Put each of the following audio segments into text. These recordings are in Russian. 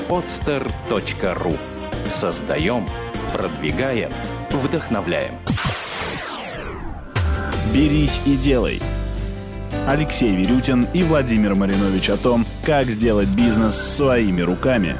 podster.ru. Создаем, продвигаем, вдохновляем. «Берись и делай». Алексей Верютин и Владимир Маринович о том, как сделать бизнес своими руками.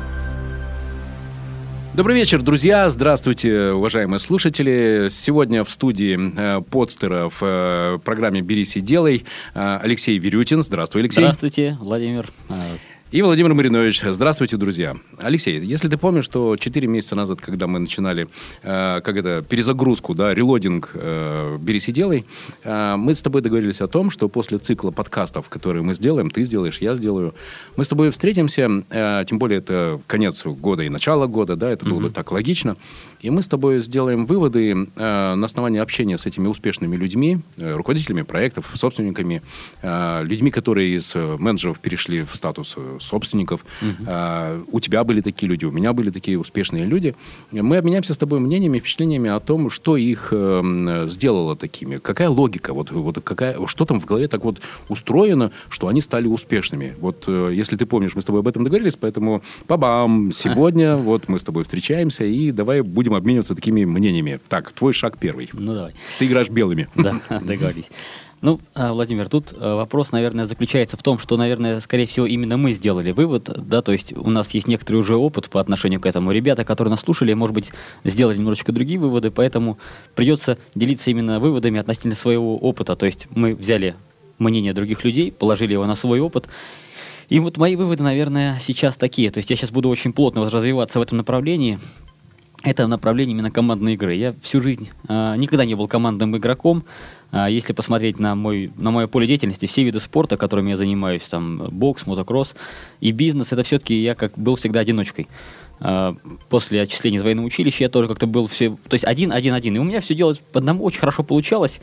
Добрый вечер, друзья. Здравствуйте, уважаемые слушатели. Сегодня в студии Подстера в программе «Берись и делай» Алексей Верютин. Здравствуй, Алексей. Здравствуйте, Владимир. И Владимир Маринович. Здравствуйте, друзья. Алексей, если ты помнишь, что 4 месяца назад, когда мы начинали перезагрузку, релодинг «Берись и делай», мы с тобой договорились о том, что после цикла подкастов, которые мы сделаем, ты сделаешь, я сделаю, мы с тобой встретимся, тем более это конец года и начало года, это было бы так логично, и мы с тобой сделаем выводы на основании общения с этими успешными людьми, руководителями проектов, собственниками, людьми, которые из менеджеров перешли в статус собственников. У тебя были такие люди, у меня были такие успешные люди. Мы обменяемся с тобой мнениями, впечатлениями о том, что их сделало такими. Какая логика, что там в голове так устроено, что они стали успешными. Если ты помнишь, мы с тобой об этом договорились, поэтому сегодня мы с тобой встречаемся и давай будем обмениваться такими мнениями. Так, твой шаг первый. Ну, давай. Ты играешь белыми. Да, договорились. Владимир, тут вопрос, наверное, заключается в том, что, наверное, скорее всего, именно мы сделали вывод, то есть у нас есть некоторый уже опыт по отношению к этому. Ребята, которые нас слушали, может быть, сделали немножечко другие выводы, поэтому придется делиться именно выводами относительно своего опыта. То есть мы взяли мнение других людей, положили его на свой опыт. И мои выводы, наверное, сейчас такие. То есть я сейчас буду очень плотно развиваться в этом направлении. Это направление именно командной игры. Я всю жизнь никогда не был командным игроком. Если посмотреть на мое поле деятельности, все виды спорта, которыми я занимаюсь, бокс, мотокросс и бизнес, это все-таки я был всегда одиночкой. После отчисления из военного училища я тоже как-то был один. И у меня все делать по одному очень хорошо получалось.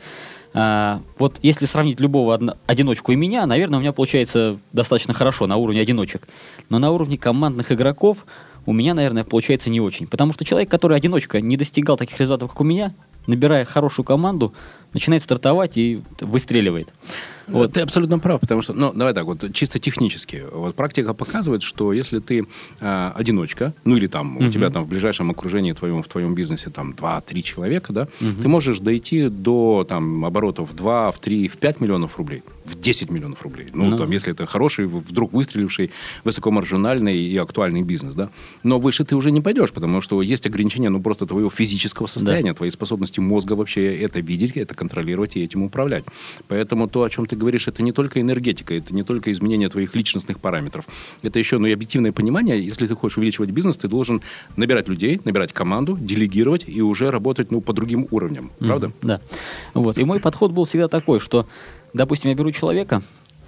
Если сравнить любого одиночку и меня, наверное, у меня получается достаточно хорошо на уровне одиночек. Но на уровне командных игроков у меня, наверное, получается не очень. Потому что человек, который одиночка, не достигал таких результатов, как у меня, набирая хорошую команду, начинает стартовать и выстреливает. Ты абсолютно прав, потому что, давай так, чисто технически. Практика показывает, что если ты одиночка, или у тебя в ближайшем окружении в твоем бизнесе 2-3 человека, ты можешь дойти до оборотов в 2, в 3, в 5 миллионов рублей, в 10 миллионов рублей. Если это хороший, вдруг выстреливший, высокомаржинальный и актуальный бизнес, Но выше ты уже не пойдешь, потому что есть ограничения, просто твоего физического состояния, твоей способности мозга вообще это видеть, это контролировать и этим управлять. Поэтому то, о чем ты говоришь, это не только энергетика, это не только изменение твоих личностных параметров. Это еще и объективное понимание. Если ты хочешь увеличивать бизнес, ты должен набирать людей, набирать команду, делегировать и уже работать по другим уровням. Правда? Да. И мой подход был всегда такой, что, допустим, я беру человека,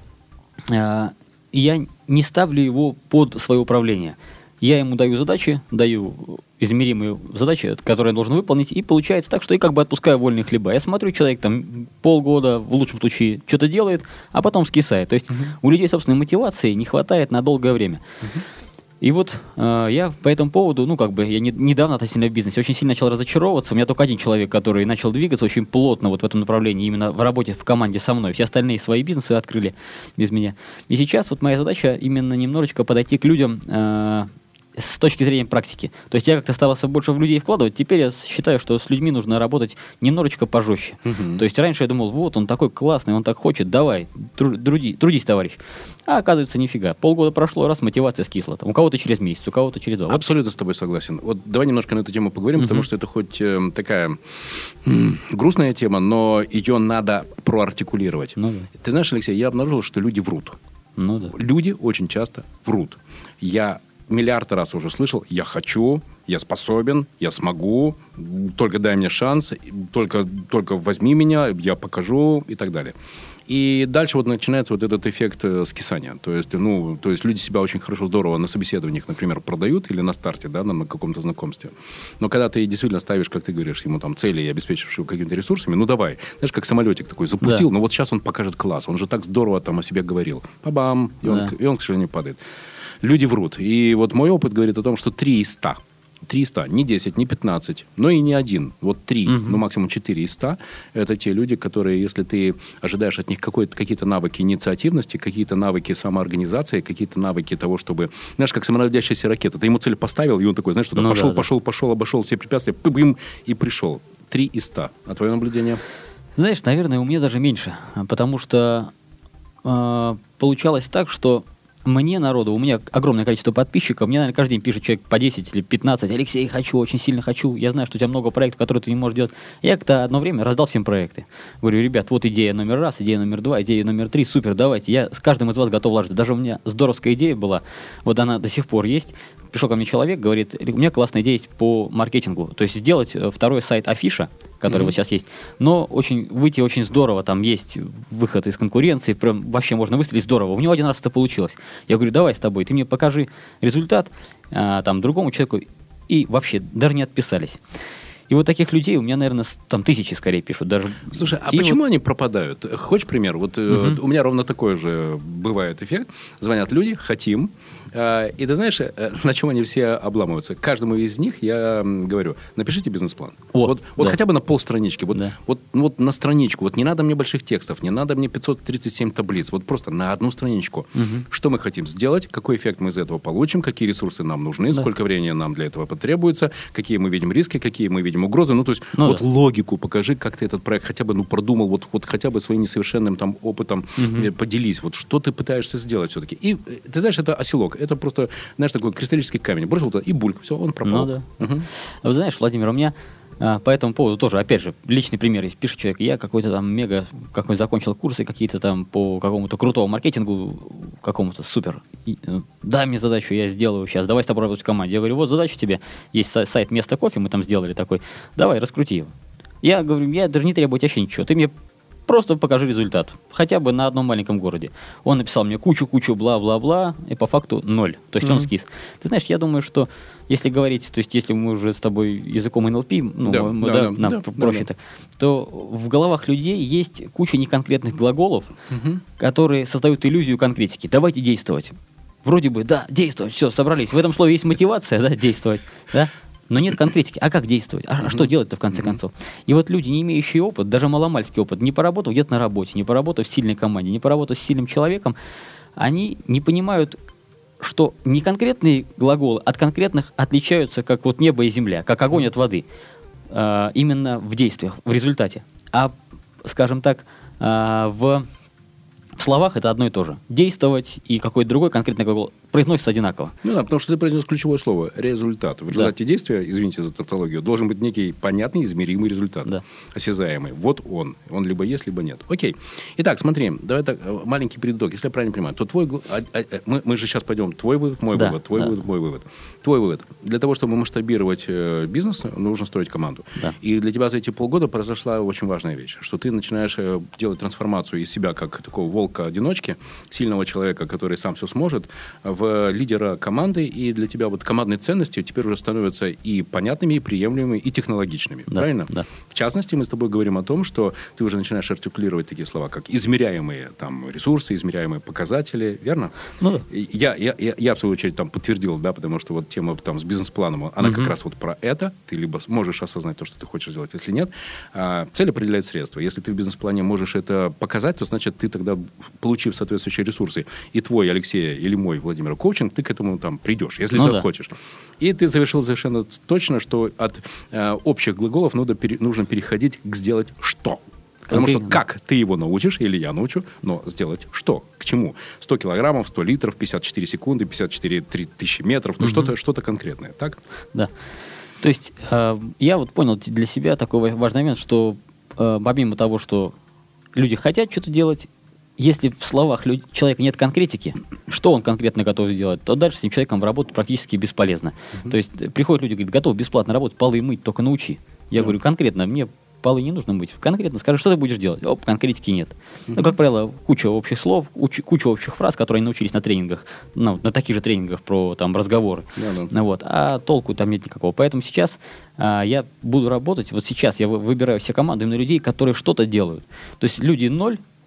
и я не ставлю его под свое управление. Я ему даю задачи, даю измеримые задачи, которые он должен выполнить, и получается так, что я отпускаю вольные хлеба. Я смотрю, человек полгода, в лучшем случае, что-то делает, а потом скисает. То есть у людей собственной мотивации не хватает на долгое время. И я по этому поводу, я недавно относительно в бизнесе очень сильно начал разочаровываться. У меня только один человек, который начал двигаться очень плотно в этом направлении, именно в работе в команде со мной. Все остальные свои бизнесы открыли без меня. И сейчас моя задача именно немножечко подойти к людям с точки зрения практики. То есть я как-то старался больше в людей вкладывать. Теперь я считаю, что с людьми нужно работать немножечко пожестче. То есть раньше я думал, он такой классный, он так хочет, давай, трудись, товарищ. А оказывается, нифига. Полгода прошло, раз мотивация скисла. У кого-то через месяц, у кого-то через 2. Абсолютно с тобой согласен. Давай немножко на эту тему поговорим, потому что это хоть такая грустная тема, но ее надо проартикулировать. Ты знаешь, Алексей, я обнаружил, что люди врут. Люди очень часто врут. Я миллиард раз уже слышал: я хочу, я способен, я смогу, только дай мне шанс, только возьми меня, я покажу и так далее. И дальше начинается этот эффект скисания. То есть люди себя очень хорошо, здорово на собеседованиях, например, продают или на старте, на каком-то знакомстве. Но когда ты действительно ставишь, как ты говоришь, ему цели и обеспечиваешь его какими-то ресурсами, давай. Знаешь, как самолетик такой запустил, но сейчас он покажет класс. Он же так здорово о себе говорил. Па-бам! И он, к сожалению, падает. Люди врут. И мой опыт говорит о том, что 3 из 100 3 из 100. Не 10, не 15, но и не один. Вот 3, ну максимум 4 из 100. Это те люди, которые, если ты ожидаешь от них какие-то навыки инициативности, какие-то навыки самоорганизации, какие-то навыки того, чтобы... Знаешь, как самонаводящаяся ракета. Ты ему цель поставил, и он такой, знаешь, что-то пошел, обошел все препятствия, пым, и пришел. 3 из 100. А твое наблюдение? Знаешь, наверное, у меня даже меньше. Потому что получалось так, что мне, народу, у меня огромное количество подписчиков, мне, наверное, каждый день пишет человек по 10 или 15. Алексей, хочу, очень сильно хочу. Я знаю, что у тебя много проектов, которые ты не можешь делать. Я как-то одно время раздал всем проекты. Говорю, ребят, вот идея номер 1, идея номер 2, идея номер 3, супер, давайте. Я с каждым из вас готов вложиться. Даже у меня здоровская идея была, вот она до сих пор есть. Пришел ко мне человек, говорит, у меня классная идея есть по маркетингу. То есть сделать второй сайт Афиша, который вот сейчас есть, но выйти очень здорово, там есть выход из конкуренции, прям вообще можно выстрелить здорово. У него один раз это получилось. Я говорю, давай с тобой, ты мне покажи результат там другому человеку, и вообще даже не отписались. И вот таких людей у меня, наверное, там тысячи скорее пишут. Даже. Слушай, а почему они пропадают? Хочешь пример? Вот у меня ровно такой же бывает эффект. Звонят люди, хотим. И ты знаешь, на чем они все обламываются? Каждому из них я говорю, напишите бизнес-план. Вот хотя бы на полстранички. Вот на страничку. Вот не надо мне больших текстов, не надо мне 537 таблиц. Вот просто на одну страничку. Что мы хотим сделать, какой эффект мы из этого получим, какие ресурсы нам нужны, сколько времени нам для этого потребуется, какие мы видим риски, какие мы видим угрозы. Ну, то есть, логику покажи, как ты этот проект хотя бы продумал, вот хотя бы своим несовершенным там опытом поделись. Вот что ты пытаешься сделать все-таки. И ты знаешь, это оселок. Это просто, знаешь, такой кристаллический камень. Бросил туда, и бульк. Все, он пропал. Ну, да. Вы знаешь, Владимир, у меня по этому поводу тоже, опять же, личный пример есть. Пишет человек, я какой-то там какой закончил курсы какие-то там по какому-то крутому маркетингу, какому-то супер. Дай мне задачу, я сделаю сейчас. Давай с тобой работать в команде. Я говорю, вот задача тебе. Есть сайт «Место кофе», мы там сделали такой. Давай, раскрути его. Я говорю, я даже не требую вообще ничего. Ты мне просто покажи результат. Хотя бы на одном маленьком городе. Он написал мне кучу, бла-бла-бла, и по факту 0. То есть он скис. Ты знаешь, я думаю, что если говорить, то есть если мы уже с тобой языком НЛП, проще так, то в головах людей есть куча неконкретных глаголов, которые создают иллюзию конкретики. Давайте действовать. Вроде бы, да, действовать, все, собрались. В этом слове есть мотивация, да, действовать, да. Но нет конкретики. А как действовать? А что делать-то в конце концов? И вот люди, не имеющие опыт, даже маломальский опыт, не поработав где-то на работе, не поработав в сильной команде, не поработав с сильным человеком, они не понимают, что не конкретные глаголы от конкретных отличаются, как вот небо и земля, как огонь от воды, именно в действиях, в результате. А, скажем так, в словах это одно и то же. Действовать и какой-то другой конкретный глагол произносится одинаково. Ну да, потому что ты произнес ключевое слово – результат. В результате действия, извините за тавтологию, должен быть некий понятный, измеримый результат. Да. Осязаемый. Вот он. Он либо есть, либо нет. Окей. Итак, смотри, давай так, маленький предыток. Если я правильно понимаю, то мы же сейчас пойдем твой вывод, мой вывод, твой вывод, мой вывод. Твой вывод. Для того, чтобы масштабировать бизнес, нужно строить команду. Да. И для тебя за эти полгода произошла очень важная вещь, что ты начинаешь делать трансформацию из себя как такого волка-одиночки, сильного человека, который сам все сможет, в лидера команды, и для тебя вот командные ценности теперь уже становятся и понятными, и приемлемыми, и технологичными. Да, правильно? Да. В частности, мы с тобой говорим о том, что ты уже начинаешь артикулировать такие слова, как измеряемые там, ресурсы, измеряемые показатели, верно? Ну да. Я в свою очередь, там подтвердил, да, потому что вот тема там, с бизнес-планом, она как раз вот про это. Ты либо можешь осознать то, что ты хочешь сделать, если нет. Цель определяет средства. Если ты в бизнес-плане можешь это показать, то значит ты тогда, получив соответствующие ресурсы, и твой, Алексея, или мой, Владимир, коучинг, ты к этому там придешь, если захочешь. И ты завершил совершенно точно, что от общих глаголов нужно переходить к сделать что. Потому что как ты его научишь, или я научу, но сделать что? К чему? 100 килограммов, 100 литров, 54 секунды, 54 тысячи метров, ну что-то конкретное, так? Да. То есть я вот понял для себя такой важный момент, что помимо того, что люди хотят что-то делать, если в словах человека нет конкретики, что он конкретно готов сделать, то дальше с этим человеком работать практически бесполезно. То есть приходят люди, говорят, готов бесплатно работать, полы мыть, только научи. Я говорю, конкретно, мне полы не нужно мыть. Конкретно скажи, что ты будешь делать. Оп, конкретики нет. Ну, как правило, куча общих слов, куча общих фраз, которые они научились на тренингах, на таких же тренингах про там разговоры. Вот. А толку там нет никакого. Поэтому сейчас я буду работать, вот сейчас я выбираю все команды именно людей, которые что-то делают. То есть люди 0,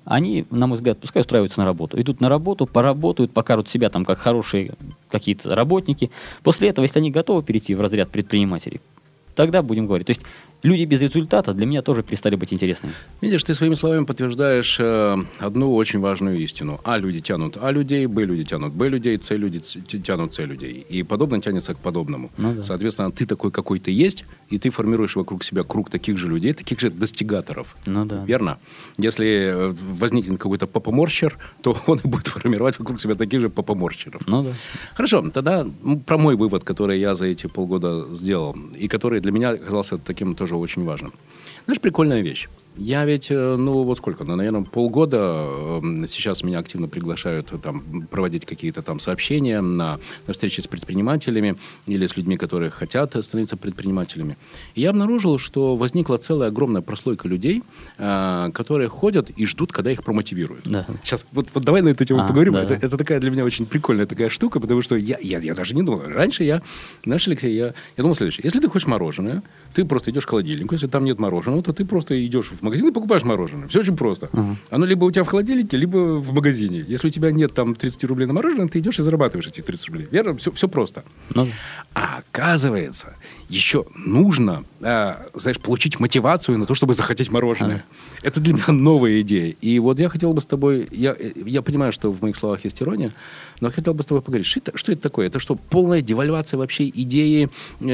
они, на мой взгляд, пускай устраиваются на работу. Идут на работу, поработают, покажут себя там как хорошие какие-то работники. После этого, если они готовы перейти в разряд предпринимателей, тогда будем говорить. То есть люди без результата для меня тоже перестали быть интересными. Видишь, ты своими словами подтверждаешь одну очень важную истину. А люди тянут А людей, Б люди тянут Б людей, С люди тянут С людей. И подобное тянется к подобному. Ну, да. Соответственно, ты такой, какой ты есть, и ты формируешь вокруг себя круг таких же людей, таких же достигаторов. Ну, да. Верно? Если возникнет какой-то попоморщер, то он и будет формировать вокруг себя таких же попоморщеров. Ну, да. Хорошо, тогда про мой вывод, который я за эти полгода сделал, и который для меня оказался таким тоже очень важным. Знаешь, прикольная вещь. Я ведь, вот сколько, наверное, полгода сейчас меня активно приглашают там, проводить какие-то там сообщения на встречи с предпринимателями или с людьми, которые хотят становиться предпринимателями. И я обнаружил, что возникла целая огромная прослойка людей, которые ходят и ждут, когда их промотивируют. Да. Сейчас, вот давай на эту тему поговорим. Да. Это такая для меня очень прикольная такая штука, потому что я даже не думал. Раньше знаешь, Алексей, я думал следующее. Если ты хочешь мороженое, ты просто идешь к холодильнику. Если там нет мороженого, то ты просто идешь в магазин и покупаешь мороженое. Все очень просто. Оно либо у тебя в холодильнике, либо в магазине. Если у тебя нет там 30 рублей на мороженое, ты идешь и зарабатываешь эти 30 рублей. Верно? Все просто. Ну. А оказывается, еще нужно, знаешь, получить мотивацию на то, чтобы захотеть мороженое. Это для меня новая идея. И вот я хотел бы с тобой... Я понимаю, что в моих словах есть ирония, но я хотел бы с тобой поговорить. Что это такое? Это что, полная девальвация вообще идеи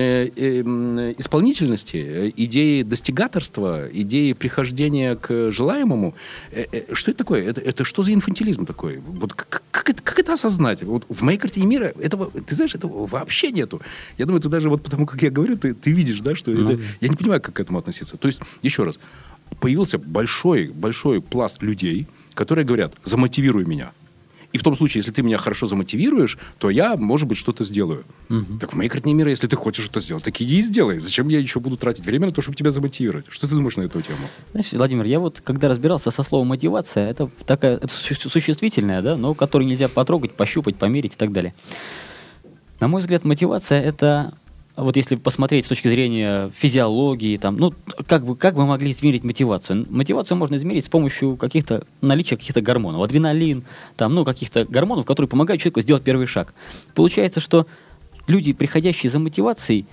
исполнительности, идеи достигаторства, идеи прихождения к желаемому? Что это такое? Это что за инфантилизм такой? Вот как это осознать? Вот в моей картине мира этого, ты знаешь, этого вообще нету. Я думаю, ты даже вот потому, как я говорю, ты видишь, да, что это... Я не понимаю, как к этому относиться. То есть, еще раз, появился большой пласт людей, которые говорят: замотивируй меня. И в том случае, если ты меня хорошо замотивируешь, то я, может быть, что-то сделаю. Так в моей картине мира, если ты хочешь что-то сделать, так иди и сделай. Зачем я еще буду тратить время на то, чтобы тебя замотивировать? Что ты думаешь на эту тему? Знаешь, Владимир, я вот, когда разбирался со словом мотивация, это существительное, да, но которое нельзя потрогать, пощупать, померить и так далее. На мой взгляд, мотивация — это... Вот если посмотреть с точки зрения физиологии, там, как бы могли измерить мотивацию? Мотивацию можно измерить с помощью наличия каких-то гормонов. Адреналин, там, каких-то гормонов, которые помогают человеку сделать первый шаг. Получается, что люди, приходящие за мотивацией,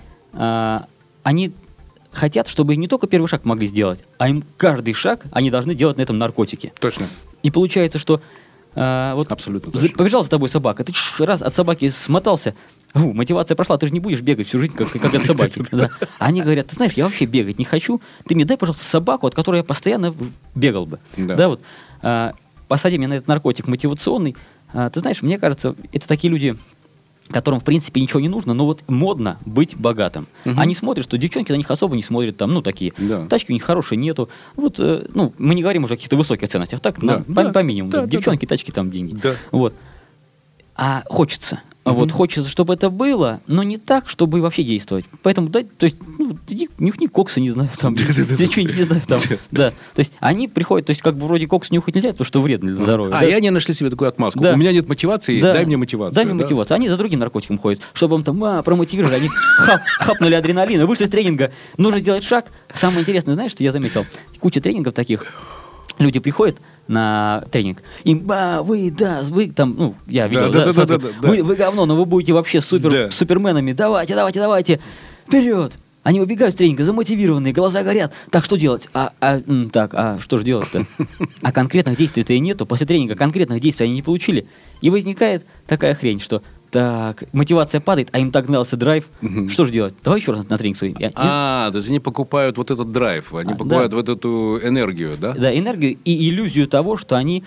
они хотят, чтобы не только первый шаг могли сделать, а им каждый шаг они должны делать на этом наркотике. Точно. И получается, что абсолютно точно. Побежала за тобой собака, ты раз от собаки смотался, мотивация прошла, ты же не будешь бегать всю жизнь, как от собаки. Да. Они говорят: ты знаешь, я вообще бегать не хочу, ты мне дай, пожалуйста, собаку, от которой я постоянно бегал бы. Да, посади меня на этот наркотик мотивационный. Ты знаешь, мне кажется, это такие люди, которым, в принципе, ничего не нужно, но вот модно быть богатым. Они смотрят, что девчонки на них особо не смотрят, там, такие, тачки у них хорошие нету. Вот, мы не говорим уже о каких-то высоких ценностях, так, по минимуму. Девчонки, тачки, там, деньги. Да. Вот. А хочется. Хочется, чтобы это было, но не так, чтобы вообще действовать. Поэтому, то есть, нюхни коксы, не знаю, там, что-нибудь, не знаю, там, да. То есть, они приходят, то есть, как бы вроде кокс нюхать нельзя, потому что вредно для здоровья. И они нашли себе такую отмазку. У меня нет мотивации, дай мне мотивацию. Дай мне мотивацию. Они за другим наркотиком ходят, чтобы им там промотивировали, они хапнули адреналина, вышли из тренинга, нужно сделать шаг. Самое интересное, знаешь, что я заметил? Куча тренингов таких. Люди приходят на тренинг, им, вы там, я видел, вы говно, но вы будете вообще суперменами, давайте, вперед! Они выбегают с тренинга, замотивированные, глаза горят. Так, что делать? Что же делать-то? А конкретных действий-то и нету. После тренинга конкретных действий они не получили. И возникает такая хрень, что так, мотивация падает, а им так нравился драйв. Что же делать? Давай еще раз на тренинг свой. То есть они покупают вот этот драйв, они покупают вот эту энергию, да? Да, энергию и иллюзию того, что они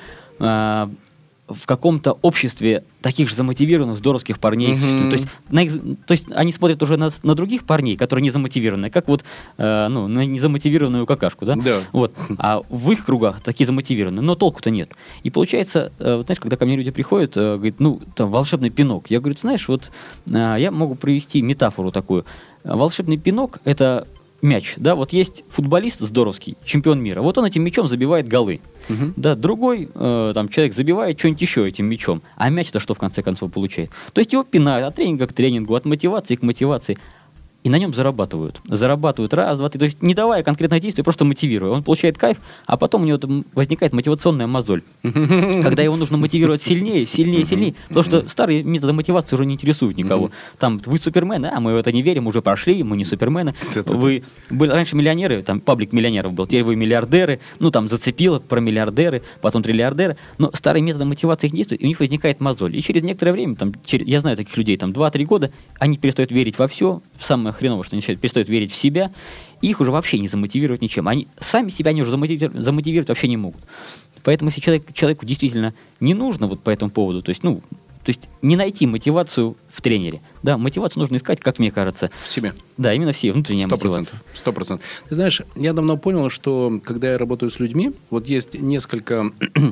в каком-то обществе таких же замотивированных, здоровских парней существуют. То есть они смотрят уже на других парней, которые не замотивированы, как на незамотивированную какашку, да? Да. Вот. А в их кругах такие замотивированные, но толку-то нет. И получается, знаешь, когда ко мне люди приходят, говорят, там волшебный пинок. Я говорю, знаешь, я могу привести метафору такую. Волшебный пинок — это мяч, да, вот есть футболист здоровский, чемпион мира, вот он этим мячом забивает голы, да, другой там человек забивает что-нибудь еще этим мячом, а мяч-то что в конце концов получает? То есть его пинают от тренинга к тренингу, от мотивации к мотивации, и на нем зарабатывают. Зарабатывают раз, два, три. То есть не давая конкретное действие, просто мотивируя. Он получает кайф, а потом у него там возникает мотивационная мозоль. Когда его нужно мотивировать сильнее. Потому что старые методы мотивации уже не интересуют никого. Там, вы супермены, а мы в это не верим, уже прошли, мы не супермены. Вы были раньше миллионеры, там паблик миллионеров был, теперь вы миллиардеры. Ну, там зацепило про миллиардеры, потом триллиардеры. Но старые методы мотивации их действуют, и у них возникает мозоль. И через некоторое время, там, я знаю таких людей, там 2-3 года, они перестают верить во все, самое хреновое, что они перестают верить в себя, и их уже вообще не замотивировать ничем. Они сами себя они уже замотивировать вообще не могут. Поэтому если человеку действительно не нужно вот по этому поводу, то есть не найти мотивацию в тренере. Да, мотивацию нужно искать, как мне кажется. В себе. Да, именно в себе, внутренняя мотивация. 100%. Ты знаешь, я давно понял, что когда я работаю с людьми, вот есть несколько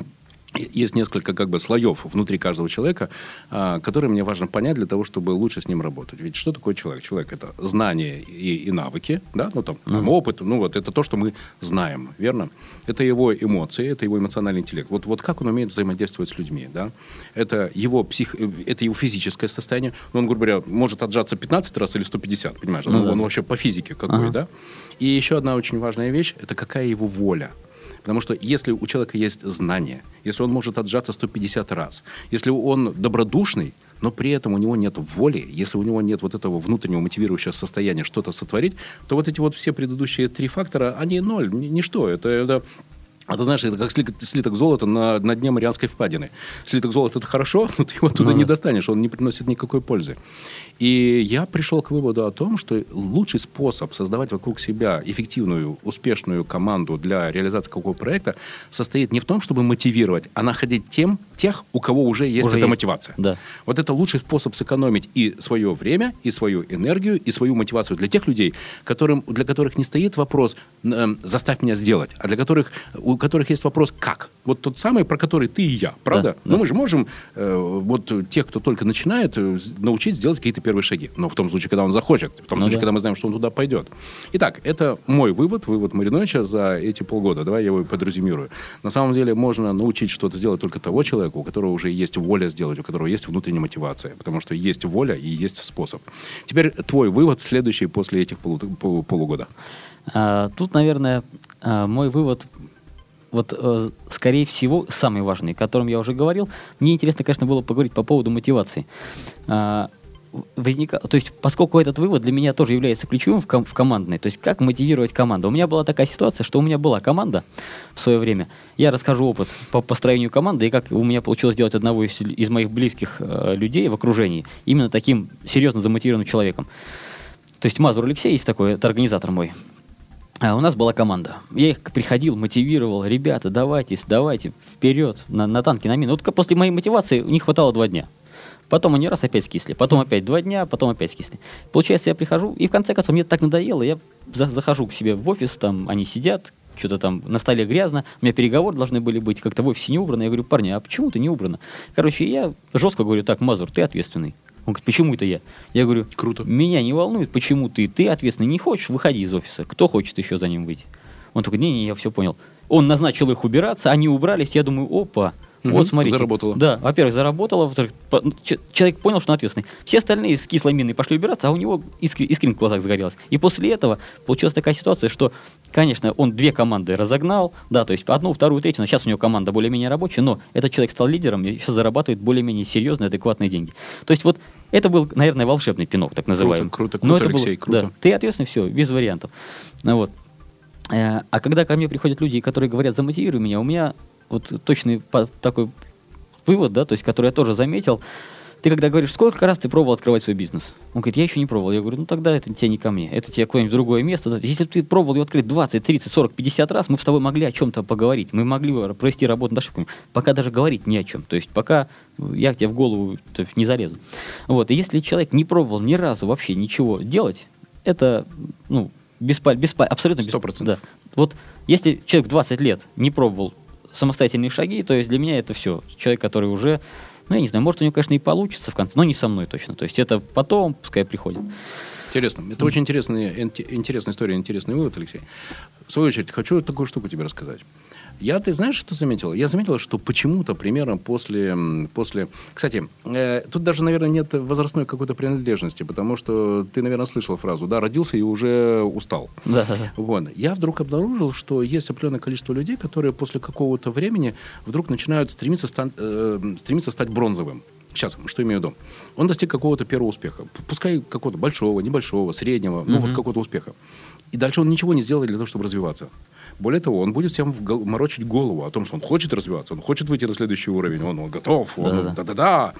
как бы слоев внутри каждого человека, которые мне важно понять для того, чтобы лучше с ним работать. Ведь что такое человек? Человек — это знания и навыки, да, опыт, это то, что мы знаем, верно? Это его эмоции, это его эмоциональный интеллект. Вот как он умеет взаимодействовать с людьми, да? Это его физическое состояние. Он, грубо говоря, может отжаться 15 раз или 150, понимаешь? Он вообще по физике какой, да? И еще одна очень важная вещь — это какая его воля. Потому что если у человека есть знания, если он может отжаться 150 раз, если он добродушный, но при этом у него нет воли, если у него нет вот этого внутреннего мотивирующего состояния что-то сотворить, то вот эти вот все предыдущие 3 фактора, они ноль, ничто. Это знаешь, это как слиток золота на дне Марианской впадины. Слиток золота — это хорошо, но ты его туда не достанешь, он не приносит никакой пользы. И я пришел к выводу о том, что лучший способ создавать вокруг себя эффективную, успешную команду для реализации какого-то проекта состоит не в том, чтобы мотивировать, а находить тех, у кого уже есть эта мотивация. Да. Вот это лучший способ сэкономить и свое время, и свою энергию, и свою мотивацию для тех людей, для которых не стоит вопрос «заставь меня сделать», а у которых есть вопрос «как?». Вот тот самый, про который ты и я, правда? Да. Но мы же можем тех, кто только начинает, научить сделать какие-то первые шаги. Но в том случае, когда он захочет, в том случае, когда мы знаем, что он туда пойдет. Итак, это мой вывод Мариновича за эти полгода. Давай я его подрезюмирую. На самом деле можно научить что-то сделать только того человека, у которого уже есть воля сделать, у которого есть внутренняя мотивация. Потому что есть воля и есть способ. Теперь твой вывод, следующий после этих полугода. Тут, наверное, мой вывод... скорее всего, самый важный, о котором я уже говорил. Мне интересно, конечно, было поговорить по поводу мотивации. То есть, поскольку этот вывод для меня тоже является ключевым в командной, то есть, как мотивировать команду. У меня была такая ситуация, что у меня была команда в свое время. Я расскажу опыт по построению команды, и как у меня получилось сделать одного из моих близких людей в окружении именно таким серьезно замотивированным человеком. То есть, Мазур Алексей есть такой, это организатор мой. У нас была команда. Я их приходил, мотивировал. Ребята, давайте вперед, на танки, на мины. Вот после моей мотивации не хватало 2 дня. Потом они раз опять скисли. Потом опять 2 дня, потом опять скисли. Получается, я прихожу, и в конце концов мне так надоело. Я захожу к себе в офис, там они сидят, что-то там на столе грязно. У меня переговоры должны были быть, как-то в офисе не убрано. Я говорю: парни, а почему ты не убрано? Короче, я жестко говорю: так, Мазур, ты ответственный. Он говорит: почему это я? Я говорю: круто. Меня не волнует, почему ты ответственный. Не хочешь — выходи из офиса. Кто хочет еще за ним выйти? Он такой: не, я все понял. Он назначил их убираться, они убрались. Я думаю: опа, вот смотрите. Заработало. Да, во-первых, заработало. Во-вторых, человек понял, что он ответственный. Все остальные с кислой миной пошли убираться, а у него искренне в глазах загорелось. И после этого получилась такая ситуация, что, конечно, он 2 команды разогнал, да, то есть 1, 2, 3, но сейчас у него команда более-менее рабочая, но этот человек стал лидером и сейчас зарабатывает более-менее серьезные, адекватные деньги. То есть вот это был, наверное, волшебный пинок, так называемый. Круто, Алексей, круто. Да, ты ответственный, все, без вариантов. Вот. А когда ко мне приходят люди, которые говорят: замотивируй меня, у меня вот точный такой вывод, да, то есть, который я тоже заметил. Ты когда говоришь: сколько раз ты пробовал открывать свой бизнес? Он говорит: я еще не пробовал. Я говорю: ну тогда это тебе не ко мне, это тебе куда-нибудь в другое место. Если бы ты пробовал ее открыть 20, 30, 40, 50 раз, мы с тобой могли о чем-то поговорить, мы могли провести работу над ошибками. Пока даже говорить не о чем. То есть пока я к тебе в голову не залезу. Вот. И если человек не пробовал ни разу вообще ничего делать, это абсолютно 100%. Да. Вот если человек 20 лет не пробовал самостоятельные шаги, то есть для меня это все. Человек, который уже, я не знаю, может, у него, конечно, и получится в конце, но не со мной точно. То есть это потом, пускай приходит. Интересно. Это очень интересная история, интересный вывод, Алексей. В свою очередь, хочу такую штуку тебе рассказать. Ты знаешь, что заметил? Я заметил, что почему-то примерно после... Кстати, тут даже, наверное, нет возрастной какой-то принадлежности, потому что ты, наверное, слышал фразу, да, родился и уже устал. Да. Вот. Я вдруг обнаружил, что есть определенное количество людей, которые после какого-то времени вдруг начинают стремиться стать бронзовым. Сейчас, что имею в виду? Он достиг какого-то первого успеха. Пускай какого-то большого, небольшого, среднего, вот какого-то успеха. И дальше он ничего не сделает для того, чтобы развиваться. Более того, он будет всем морочить голову о том, что он хочет развиваться, он хочет выйти на следующий уровень, он готов, да-да-да.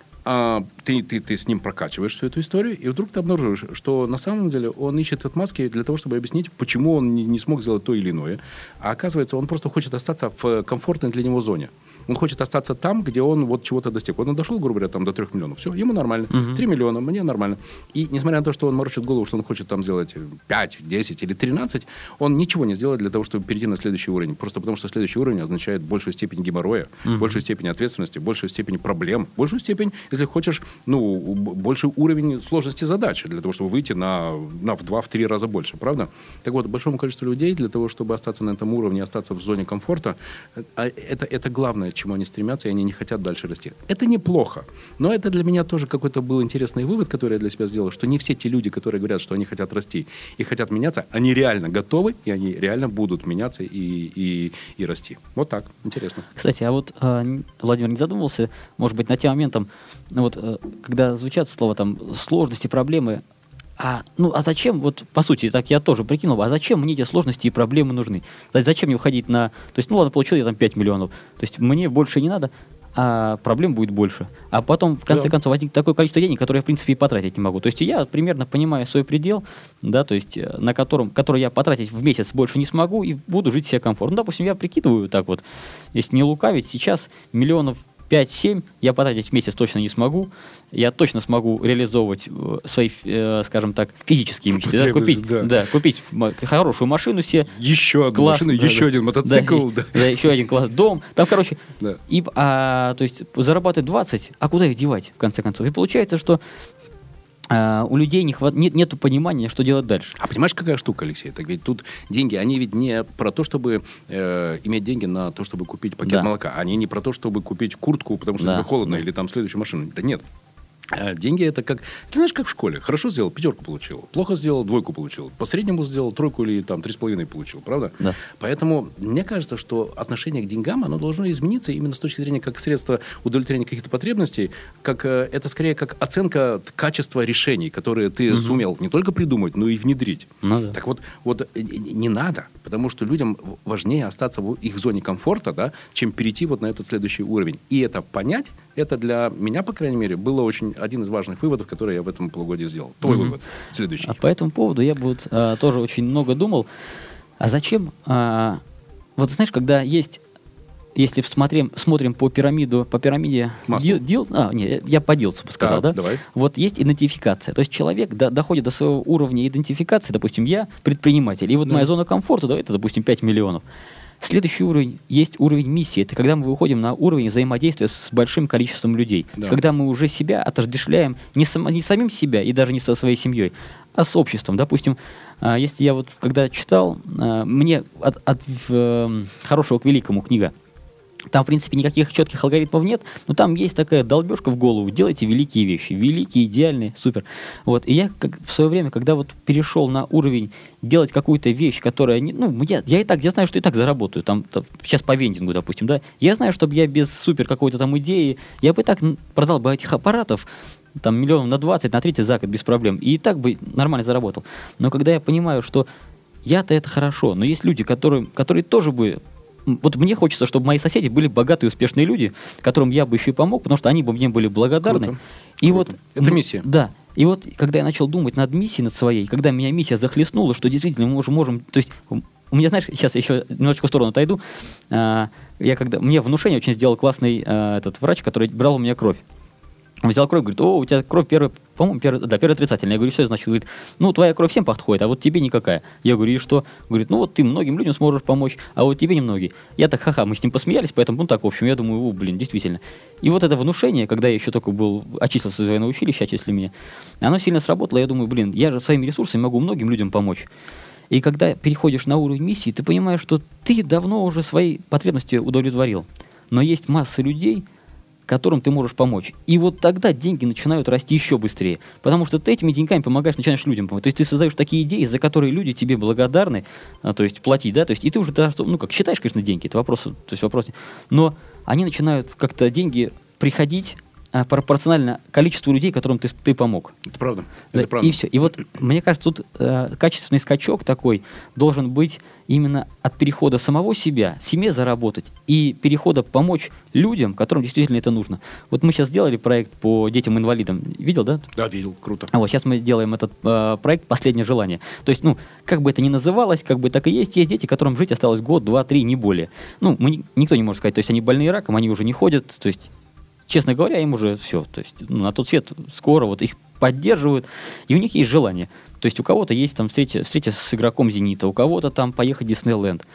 Ты с ним прокачиваешь всю эту историю, и вдруг ты обнаруживаешь, что на самом деле он ищет отмазки для того, чтобы объяснить, почему он не смог сделать то или иное. А оказывается, он просто хочет остаться в комфортной для него зоне. Он хочет остаться там, где он вот чего-то достиг. Он дошел, грубо говоря, там, до 3 миллионов. Все, ему нормально. 3 миллиона, мне нормально. И несмотря на то, что он морочит голову, что он хочет там сделать 5, 10 или 13, он ничего не сделает для того, чтобы перейти на следующий уровень. Просто потому, что следующий уровень означает большую степень геморроя, большую степень ответственности, большую степень проблем, большую степень, если хочешь, больший уровень сложности задач для того, чтобы выйти на в 2-3 раза больше. Правда? Так вот, большому количеству людей для того, чтобы остаться на этом уровне, остаться в зоне комфорта, это главное, к чему они стремятся, и они не хотят дальше расти. Это неплохо. Но это для меня тоже какой-то был интересный вывод, который я для себя сделал, что не все те люди, которые говорят, что они хотят расти и хотят меняться, они реально готовы, и они реально будут меняться и расти. Вот так. Интересно. Кстати, а вот Владимир не задумывался, может быть, над тем моментом, когда звучат слова там сложности, проблемы, а зачем, по сути, так я тоже прикинул, а зачем мне эти сложности и проблемы нужны? Зачем мне уходить на... То есть, ладно, получил я там 5 миллионов, то есть мне больше не надо, а проблем будет больше. А потом, в конце концов, возникнет такое количество денег, которые я, в принципе, и потратить не могу. То есть я примерно понимаю свой предел, да, то есть который я потратить в месяц больше не смогу и буду жить себе комфортно. Допустим, я прикидываю так вот, если не лукавить, сейчас миллионов 5-7 я потратить в месяц точно не смогу. Я точно смогу реализовывать свои, скажем так, физические мечты. Купить хорошую машину себе. Еще одну машину, еще один мотоцикл. Еще один класс, дом. Там, короче, то есть зарабатывать 20, а куда их девать, в конце концов? И получается, что у людей нету понимания, что делать дальше. А понимаешь, какая штука, Алексей? Так ведь тут деньги, они ведь не про то, чтобы иметь деньги на то, чтобы купить пакет молока. Они не про то, чтобы купить куртку, потому что тебе холодно, или там следующую машину. Да нет. Деньги это как... Ты знаешь, как в школе. Хорошо сделал, 5 получил. Плохо сделал, 2 получил. По среднему сделал 3 или там 3,5 получил. Правда? Да. Поэтому мне кажется, что отношение к деньгам, оно должно измениться именно с точки зрения как средства удовлетворения каких-то потребностей. Это скорее как оценка качества решений, которые ты сумел не только придумать, но и внедрить. Так вот не надо. Потому что людям важнее остаться в их зоне комфорта, да, чем перейти на этот следующий уровень. И это понять, это для меня, по крайней мере, было один из важных выводов, которые я в этом полугодии сделал. Твой вывод следующий. По этому поводу я бы тоже очень много думал. А зачем... знаешь, когда есть... Если смотрим по пирамиде я по Дилсу сказал, да? Давай. Вот есть идентификация. То есть человек доходит до своего уровня идентификации, допустим, я предприниматель, и моя зона комфорта, это, допустим, 5 миллионов. Следующий уровень есть уровень миссии. Это когда мы выходим на уровень взаимодействия с большим количеством людей. То есть, когда мы уже себя отождествляем не самим себя и даже не со своей семьей, а с обществом. Допустим, если я когда читал, мне от хорошего к великому книга, там, в принципе, никаких четких алгоритмов нет, но там есть такая долбежка в голову. Делайте великие вещи. Великие, идеальные, супер. И я в свое время, когда перешел на уровень делать какую-то вещь, которая... я знаю, что и так заработаю. Там, сейчас по вендингу, допустим, да. Я знаю, чтобы я без супер какой-то там идеи... Я бы и так продал бы этих аппаратов там миллионов на 20, на 30 за год без проблем. И так бы нормально заработал. Но когда я понимаю, что я-то это хорошо, но есть люди, которые тоже бы... мне хочется, чтобы мои соседи были богатые, успешные люди, которым я бы еще и помог, потому что они бы мне были благодарны. Круто. Это миссия. Да. И когда я начал думать над миссией, над своей, когда меня миссия захлестнула, что действительно мы можем... То есть у меня, знаешь, сейчас я еще немножечко в сторону отойду. Мне внушение очень сделал классный этот врач, который брал у меня кровь. Он взял кровь, говорит, у тебя кровь первая отрицательная. Я говорю, что это значит? Говорит, твоя кровь всем подходит, а вот тебе никакая. Я говорю, и что? Говорит, ты многим людям сможешь помочь, а вот тебе немногие. Я так, мы с ним посмеялись, поэтому, так, в общем, я думаю, действительно. И это внушение, когда я еще только отчислился из военного училища, отчислили меня, оно сильно сработало, я думаю, я же своими ресурсами могу многим людям помочь. И когда переходишь на уровень миссии, ты понимаешь, что ты давно уже свои потребности удовлетворил. Но есть масса людей, которым ты можешь помочь. И вот тогда деньги начинают расти еще быстрее. Потому что ты этими деньгами помогаешь, начинаешь людям помогать. То есть ты создаешь такие идеи, за которые люди тебе благодарны, то есть платить, да, то есть и ты уже, считаешь, конечно, деньги, это вопрос, но они начинают как-то деньги приходить пропорционально количеству людей, которым ты помог. Это правда. Да, Это правда. И все. И вот, мне кажется, тут качественный скачок такой должен быть именно от перехода самого себя, семье заработать, и перехода помочь людям, которым действительно это нужно. Вот мы сейчас сделали проект по детям-инвалидам. Видел, да? Да, видел. Круто. А вот сейчас мы делаем этот проект «Последнее желание». То есть, как бы это ни называлось, как бы так и есть дети, которым жить осталось год, два, три, не более. Никто не может сказать, то есть они больные раком, они уже не ходят, то есть честно говоря, им уже все, то есть на тот свет скоро, вот их поддерживают, и у них есть желание. То есть у кого-то есть там встреча с игроком «Зенита», у кого-то там поехать в Диснейленд.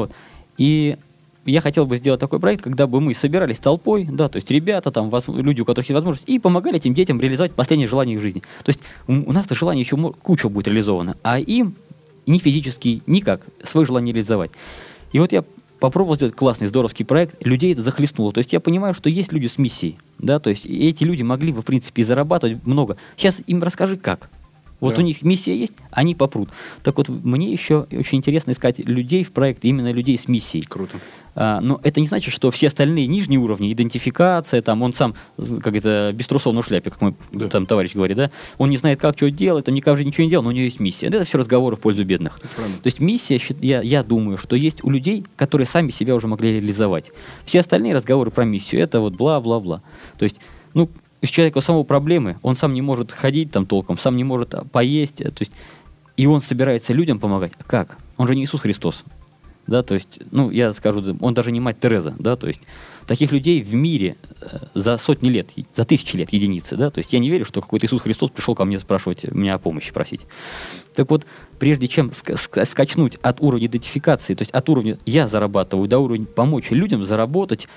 И я хотел бы сделать такой проект, когда бы мы собирались толпой, да, то есть ребята, там, люди, у которых есть возможность, и помогали этим детям реализовать последнее желание их жизни. То есть у нас-то желание еще куча будет реализовано, а им ни физически, никак свое желание реализовать. И вот я попробовал сделать классный, здоровский проект, людей это захлестнуло. То есть я понимаю, что есть люди с миссией, да, то есть эти люди могли бы, в принципе, зарабатывать много. Сейчас им расскажи, как. Вот Да. у них миссия есть, они попрут. Так вот, мне еще очень интересно искать людей в проект, именно людей с миссией. Круто. Но это не значит, что все остальные нижние уровни, идентификация, там, он сам, как это, без трусов на шляпе, как мой Да. там товарищ говорит, да, он не знает, как, что делать, там, никак же ничего не делал, но у него есть миссия. Это все разговоры в пользу бедных. правда. То есть миссия, я думаю, что есть у людей, которые сами себя уже могли реализовать. Все остальные разговоры про миссию, это вот бла-бла-бла. То есть, у человека самого проблемы, он сам не может ходить там толком, сам не может поесть, то есть, и он собирается людям помогать. А как? Он же не Иисус Христос. Да, то есть, я скажу, он даже не мать Тереза, да, то есть, таких людей в мире за сотни лет, за тысячи лет единицы, да, то есть, я не верю, что какой-то Иисус Христос пришел ко мне спрашивать, меня о помощи просить. Так вот, прежде чем скачнуть от уровня идентификации, то есть, от уровня «я зарабатываю» до уровня «помочь людям заработать»,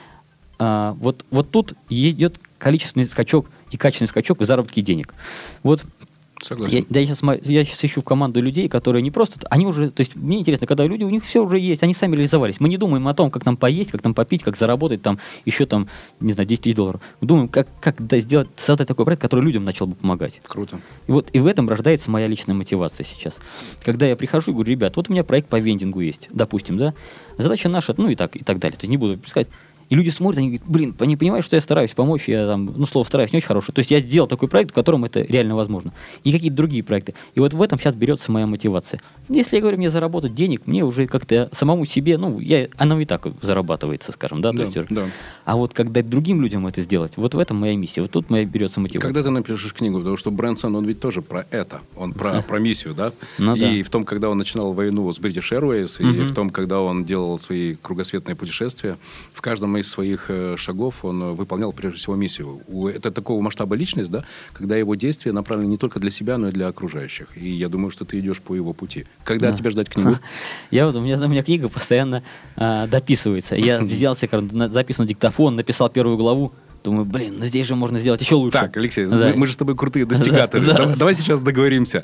вот тут идет количественный скачок и качественный скачок в заработке денег. Вот. Согласен. Я сейчас ищу в команду людей, которые не просто... Они уже... То есть мне интересно, когда люди, у них все уже есть, они сами реализовались. Мы не думаем о том, как нам поесть, как нам попить, как заработать там еще там, не знаю, 10 тысяч долларов. Мы думаем, как создать такой проект, который людям начал бы помогать. Круто. И в этом рождается моя личная мотивация сейчас. Когда я прихожу и говорю, ребят, вот у меня проект по вендингу есть, допустим, да, задача наша, и так далее. То есть не буду сказать. И люди смотрят, они говорят, они понимают, что я стараюсь помочь, я там, слово стараюсь не очень хорошее. То есть я сделал такой проект, в котором это реально возможно. И какие-то другие проекты. И вот в этом сейчас берется моя мотивация. Если я говорю, мне заработать денег, мне уже как-то самому себе, оно и так зарабатывается, скажем, да? Да, то есть, да. А вот когда другим людям это сделать, вот в этом моя миссия. Вот тут моя берется мотивация. Когда ты напишешь книгу, потому что Брэнсон, он ведь тоже про это, он про миссию, да? Ну да. И в том, когда он начинал войну с British Airways, и в том, когда он делал свои кругосветные путешествия, в каждом из своих шагов он выполнял прежде всего миссию. Это такого масштаба личность, да, когда его действия направлены не только для себя, но и для окружающих. И я думаю, что ты идешь по его пути. Когда тебе ждать книгу? У меня книга постоянно дописывается. Я взял себе, записанный диктофон, написал первую главу. Думаю, здесь же можно сделать еще лучше. Так, Алексей, Да. мы же с тобой крутые достигаторы. Да. Давай сейчас договоримся.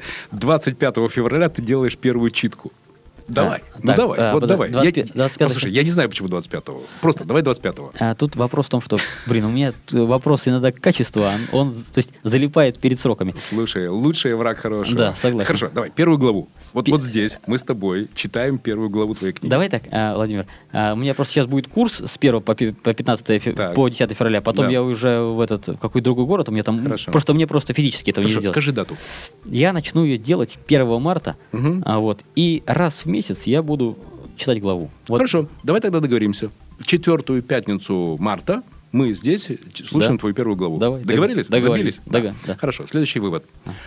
25 февраля ты делаешь первую читку. Давай, давай. 25 Послушай, я не знаю, почему 25-го. Просто давай 25-го. Тут вопрос в том, что, у меня вопрос иногда качества, он то есть, залипает перед сроками. Слушай, лучший враг хорошего. Да, согласен. Хорошо, давай, первую главу. Вот здесь мы с тобой читаем первую главу твоей книги. Давай так, Владимир, у меня просто сейчас будет курс с 1 по 15 по 10 февраля, потом Да. я уезжаю в какой-то другой город, у меня там Хорошо. мне просто физически этого Хорошо, не сделать. скажи дату. Я начну ее делать 1 марта, Мгм. и раз в месяц я буду читать главу. Вот. Хорошо, давай тогда договоримся. В 4-ю пятницу марта мы здесь слушаем Да. твою первую главу. Давай, Договорились? договорились. Забились? Да. Хорошо, следующий вывод.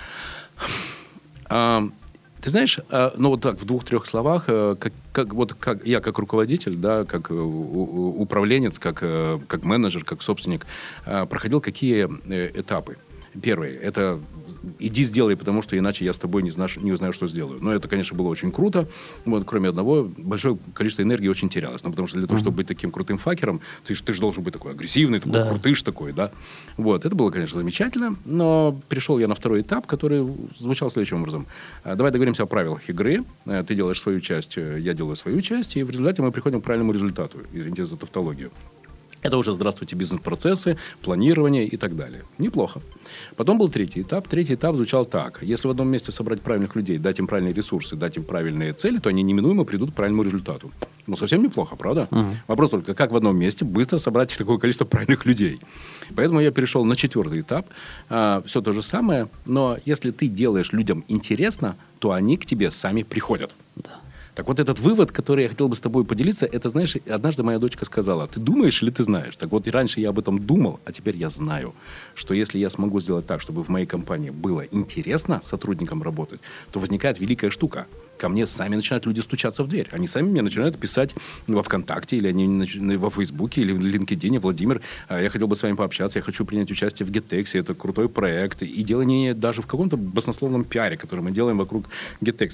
Ты знаешь, вот так, в 2-3 словах, как я как руководитель, да, как управленец, как менеджер, как собственник, проходил какие этапы. Первый, это иди сделай, потому что иначе я с тобой не узнаю, что сделаю. Но это, конечно, было очень круто. Вот, кроме одного, большое количество энергии очень терялось. Ну, потому что для того, чтобы быть таким крутым факером, ты же должен быть такой агрессивный, такой крутыш такой, да. Вот, это было, конечно, замечательно. Но пришел я на второй этап, который звучал следующим образом. Давай договоримся о правилах игры. Ты делаешь свою часть, я делаю свою часть. И в результате мы приходим к правильному результату. Извините за тавтологию. Это уже, здравствуйте, бизнес-процессы, планирование и так далее. Неплохо. Потом был третий этап. Третий этап звучал так. Если в одном месте собрать правильных людей, дать им правильные ресурсы, дать им правильные цели, то они неминуемо придут к правильному результату. Ну, совсем неплохо, правда? Вопрос только, как в одном месте быстро собрать такое количество правильных людей. Поэтому я перешел на четвертый этап. Все то же самое, но если ты делаешь людям интересно, то они к тебе сами приходят. Да. Так вот, этот вывод, который я хотел бы с тобой поделиться, это, знаешь, однажды моя дочка сказала, ты думаешь или ты знаешь? Так вот, и раньше я об этом думал, а теперь я знаю, что если я смогу сделать так, чтобы в моей компании было интересно сотрудникам работать, то возникает великая штука. Ко мне сами начинают люди стучаться в дверь. Они сами мне начинают писать во ВКонтакте, или они во Фейсбуке, или в LinkedIn. Владимир, я хотел бы с вами пообщаться, я хочу принять участие в GetEx, это крутой проект. И дело не даже в каком-то баснословном пиаре, который мы делаем вокруг GetEx.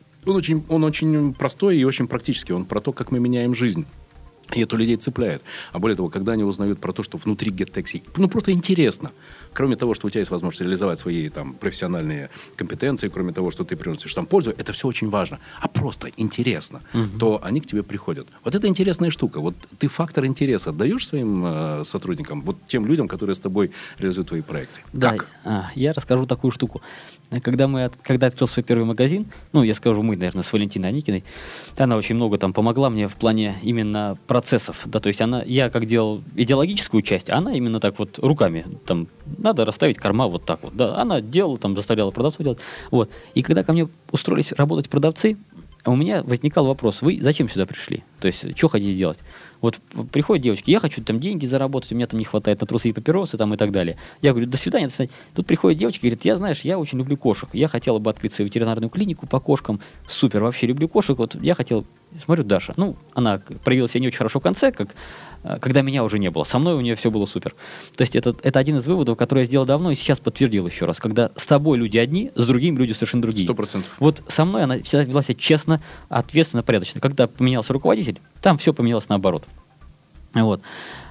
Он очень простой и очень практический. Он про то, как мы меняем жизнь. И это людей цепляет. А более того, когда они узнают про то, что внутри GetEx, просто интересно. Кроме того, что у тебя есть возможность реализовать свои там, профессиональные компетенции, кроме того, что ты приносишь там пользу, это все очень важно. А просто интересно, то они к тебе приходят. Вот это интересная штука. Вот ты фактор интереса отдаешь своим сотрудникам, вот тем людям, которые с тобой реализуют твои проекты? Да, Как? Я расскажу такую штуку. Когда открыл свой первый магазин, я скажу мы, наверное, с Валентиной Аникиной, она очень много там помогла мне в плане именно процессов. Да, то есть я как делал идеологическую часть, а она именно так вот руками там надо расставить корма вот так вот. Да, она делала, там заставляла продавцов делать. Вот. И когда ко мне устроились работать продавцы, у меня возникал вопрос, вы зачем сюда пришли? То есть, что хотите делать? Вот приходят девочки, я хочу там деньги заработать, у меня там не хватает на трусы и папиросы там, и так далее. Я говорю, до свидания, до свидания. Тут приходят девочки, говорят, я очень люблю кошек. Я хотела бы открыть свою ветеринарную клинику по кошкам. Супер, вообще люблю кошек. Вот я хотел, смотрю, Даша. Она проявила себя не очень хорошо в конце, когда меня уже не было. Со мной у нее все было супер. То есть это один из выводов, который я сделал давно и сейчас подтвердил еще раз. Когда с тобой люди одни, с другими люди совершенно другие. 100%. Вот со мной она всегда вела себя честно, ответственно, порядочно. Когда поменялся руководитель, там все поменялось наоборот. Вот.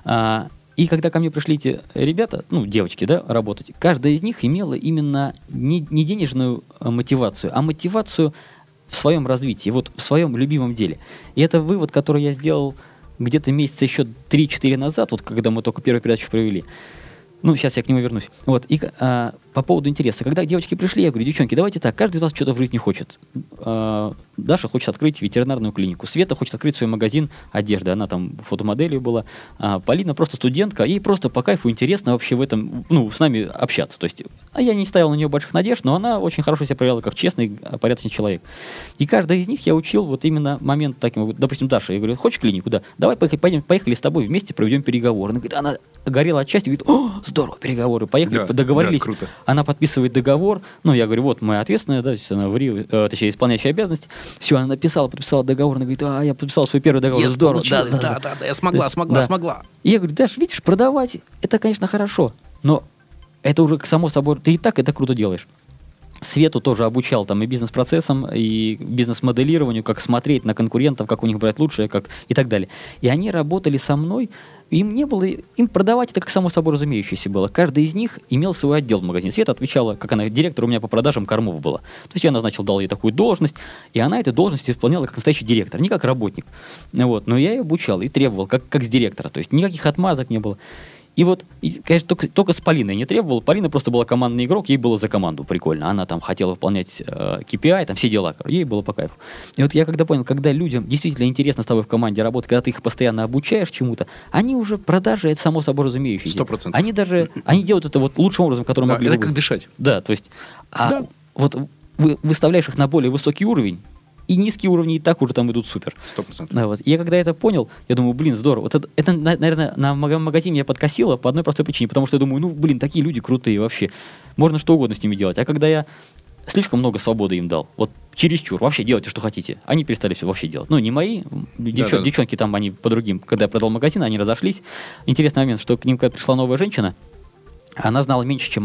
И когда ко мне пришли эти ребята, девочки, да, работать, каждая из них имела именно не денежную мотивацию, а мотивацию в своем развитии, вот в своем любимом деле. И это вывод, который я сделал где-то месяца еще 3-4 назад, вот когда мы только первую передачу провели. Сейчас я к нему вернусь. Вот. И по поводу интереса. Когда девочки пришли, я говорю, девчонки, давайте так, каждый из вас что-то в жизни хочет. Даша хочет открыть ветеринарную клинику. Света хочет открыть свой магазин одежды. Она там фотомоделью была. Полина просто студентка. Ей просто по кайфу интересно вообще в этом, с нами общаться. То есть, я не ставил на нее больших надежд, но она очень хорошо себя проявила как честный, порядочный человек. И каждая из них я учил вот именно момент таким. Допустим, Даша, я говорю, хочешь клинику? Да. Давай поехали с тобой вместе проведем переговоры. Она говорит, она горела от счастья, говорит, о, здорово, переговоры, поехали, договорились. Да, круто. Она подписывает договор, я говорю, вот моя ответственная, да, она исполняющая обязанность. Все, она подписала договор, она говорит, я подписала свой первый договор, здорово. Да, я смогла. И я говорю, Даш, видишь, продавать, это, конечно, хорошо, но это уже само собой, ты и так это круто делаешь. Свету тоже обучал там и бизнес-процессам, и бизнес-моделированию, как смотреть на конкурентов, как у них брать лучшее, как и так далее. И они работали со мной, им продавать это как само собой разумеющееся было. Каждый из них имел свой отдел в магазине. Света отвечала, как она директор у меня по продажам кормов была. То есть я дал ей такую должность, и она эту должность исполняла как настоящий директор, не как работник. Вот. Но я ее обучал и требовал, как с директора. То есть никаких отмазок не было. И конечно, только с Полиной не требовал. Полина просто была командный игрок, ей было за команду прикольно. Она там хотела выполнять KPI, там все дела, ей было по кайфу. И вот я когда понял, когда людям действительно интересно с тобой в команде работать, когда ты их постоянно обучаешь чему-то, они уже продажи, это само собой разумеющееся. 100%. Они делают это вот лучшим образом, который могли бы. Это как дышать. Да, то есть, вот выставляешь их на более высокий уровень, и низкие уровни и так уже там идут супер. 100%. Да, вот. И я когда это понял, я думаю, здорово. Вот это, наверное, на магазине меня подкосило по одной простой причине, потому что я думаю, такие люди крутые вообще. Можно что угодно с ними делать. А когда я слишком много свободы им дал, вот чересчур, вообще делайте, что хотите, они перестали все вообще делать. Не мои, девчонки там, они по другим, когда я продал магазин, они разошлись. Интересный момент, что к ним, когда пришла новая женщина, она знала меньше, чем они.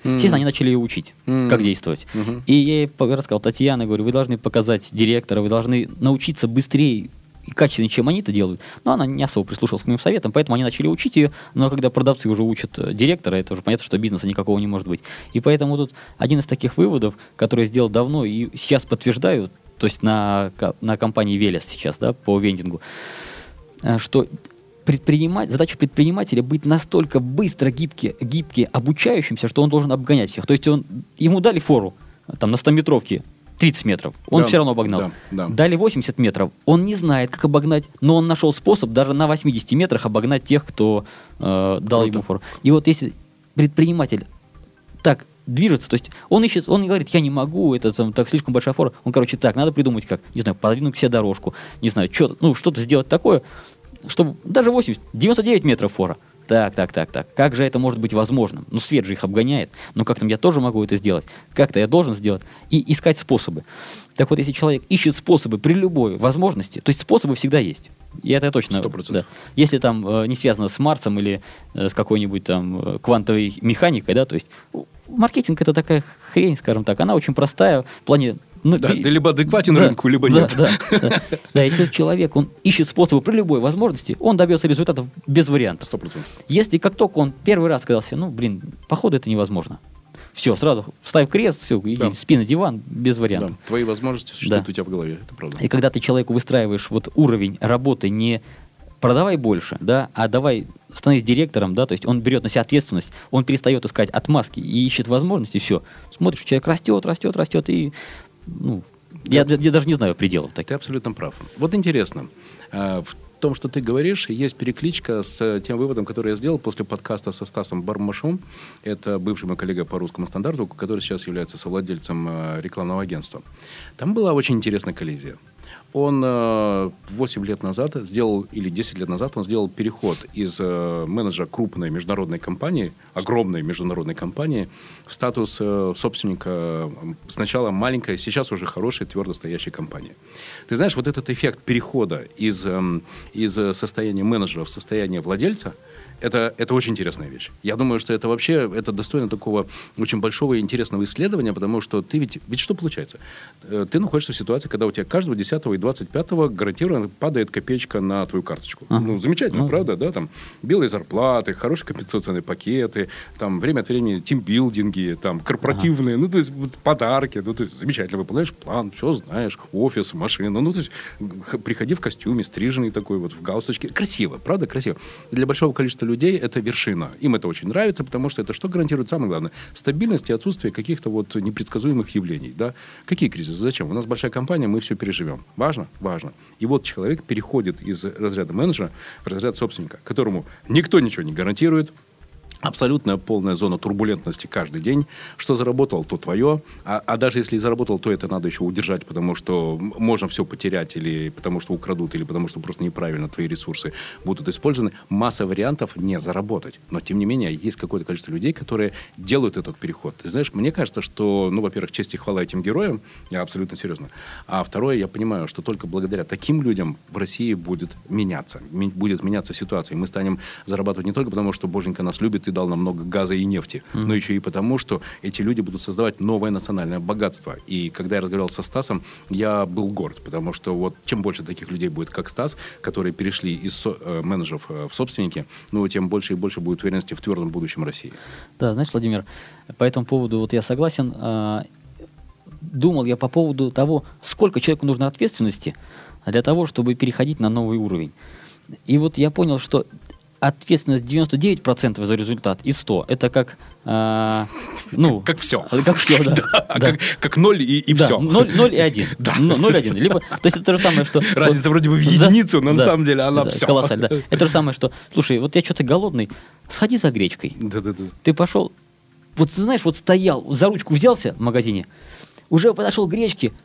Естественно, они начали ее учить, как действовать. И я ей рассказал: Татьяна, говорю, вы должны показать директора, вы должны научиться быстрее и качественнее, чем они это делают. Но она не особо прислушалась к моим советам, поэтому они начали учить ее. Но когда продавцы уже учат директора, это уже понятно, что бизнеса никакого не может быть. И поэтому тут один из таких выводов, который я сделал давно и сейчас подтверждаю, то есть на компании Велес сейчас, да, по вендингу, что задача предпринимателя быть настолько быстро гибкий, обучающимся, что он должен обгонять всех. То есть ему дали фору там, на 100-метровке 30 метров, он все равно обогнал. Дали 80 метров, он не знает, как обогнать, но он нашел способ даже на 80 метрах обогнать тех, кто дал ему фору. И вот если предприниматель так движется, то есть он ищет, он не говорит: я не могу, это так слишком большая фора. Он, так, надо придумать как, не знаю, подвинуть к себе дорожку, не знаю, что-то сделать такое, чтобы даже 99 метров фора. Так. Как же это может быть возможным? Свет же их обгоняет. Но как-то я тоже могу это сделать. Как-то я должен сделать. И искать способы. Так вот, если человек ищет способы при любой возможности, то есть способы всегда есть. И это точно. 100%. Да. Если там не связано с Марсом или с какой-нибудь там квантовой механикой, да, то есть маркетинг — это такая хрень, скажем так. Она очень простая в плане... Ты либо адекватен рынку, либо нет. Да, если человек, он ищет способы при любой возможности, он добьется результатов без вариантов. 100%. Если как только он первый раз сказал себе: походу это невозможно. Все, сразу ставь крест, все, иди, спи на диван, без вариантов. Да. Твои возможности существуют у тебя в голове, это правда. И когда ты человеку выстраиваешь уровень работы не продавай больше, да, а давай становись директором, да, то есть он берет на себя ответственность, он перестает искать отмазки и ищет возможности, все. Смотришь, человек растет, и я даже не знаю пределов таких. Ты абсолютно прав. Вот интересно, в том, что ты говоришь, есть перекличка с тем выводом, который я сделал после подкаста со Стасом Бармашом. Это бывший мой коллега по русскому стандарту, который сейчас является совладельцем рекламного агентства. Там была очень интересная коллизия. Он 8 лет назад сделал, или 10 лет назад, он сделал переход из менеджера крупной международной компании, огромной международной компании, в статус собственника сначала маленькой, сейчас уже хорошей, твердо стоящей компании. Ты знаешь, вот этот эффект перехода из состояния менеджера в состояние владельца, это очень интересная вещь. Я думаю, что это вообще достойно такого очень большого и интересного исследования, потому что ведь что получается? Ты находишься в ситуации, когда у тебя каждого 10 и 25 гарантированно падает копеечка на твою карточку. Замечательно, правда? Да? Там белые зарплаты, хорошие компенсационные пакеты, там время от времени тимбилдинги, там корпоративные, то есть подарки, то есть замечательно выполняешь план, все знаешь, офис, машина, то есть приходи в костюме, стриженный такой в галстучке. Красиво, правда? Красиво. И для большого количества людей это вершина. Им это очень нравится, потому что это что гарантирует? Самое главное — стабильность и отсутствие каких-то непредсказуемых явлений. Да? Какие кризисы? Зачем? У нас большая компания, мы все переживем. Важно? Важно. И вот человек переходит из разряда менеджера в разряд собственника, которому никто ничего не гарантирует. Абсолютная полная зона турбулентности каждый день. Что заработал, то твое. А даже если и заработал, то это надо еще удержать, потому что можно все потерять, или потому что украдут, или потому что просто неправильно твои ресурсы будут использованы. Масса вариантов не заработать. Но, тем не менее, есть какое-то количество людей, которые делают этот переход. Ты знаешь, мне кажется, что, во-первых, честь и хвала этим героям, я абсолютно серьезно. А второе, я понимаю, что только благодаря таким людям в России будет меняться ситуация. И мы станем зарабатывать не только потому, что Боженька нас любит и дал нам много газа и нефти, но еще и потому, что эти люди будут создавать новое национальное богатство. И когда я разговаривал со Стасом, я был горд, потому что чем больше таких людей будет, как Стас, которые перешли из менеджеров в собственники, тем больше и больше будет уверенности в твердом будущем России. Да, знаешь, Владимир, по этому поводу я согласен. Думал я по поводу того, сколько человеку нужно ответственности для того, чтобы переходить на новый уровень. И я понял, что ответственность 99% за результат и 100%. Это как... как все. Как все, да. Да. Как 0 и да, все. 0 и 1. Да. 0 и 1. Либо, то есть это то же самое, что... Разница вроде бы в единицу, но на самом деле она все. Колоссально, да. Это то же самое, что... Слушай, я что-то голодный, сходи за гречкой. Да. Ты пошел... знаешь, стоял, за ручку взялся в магазине, уже подошел к гречке,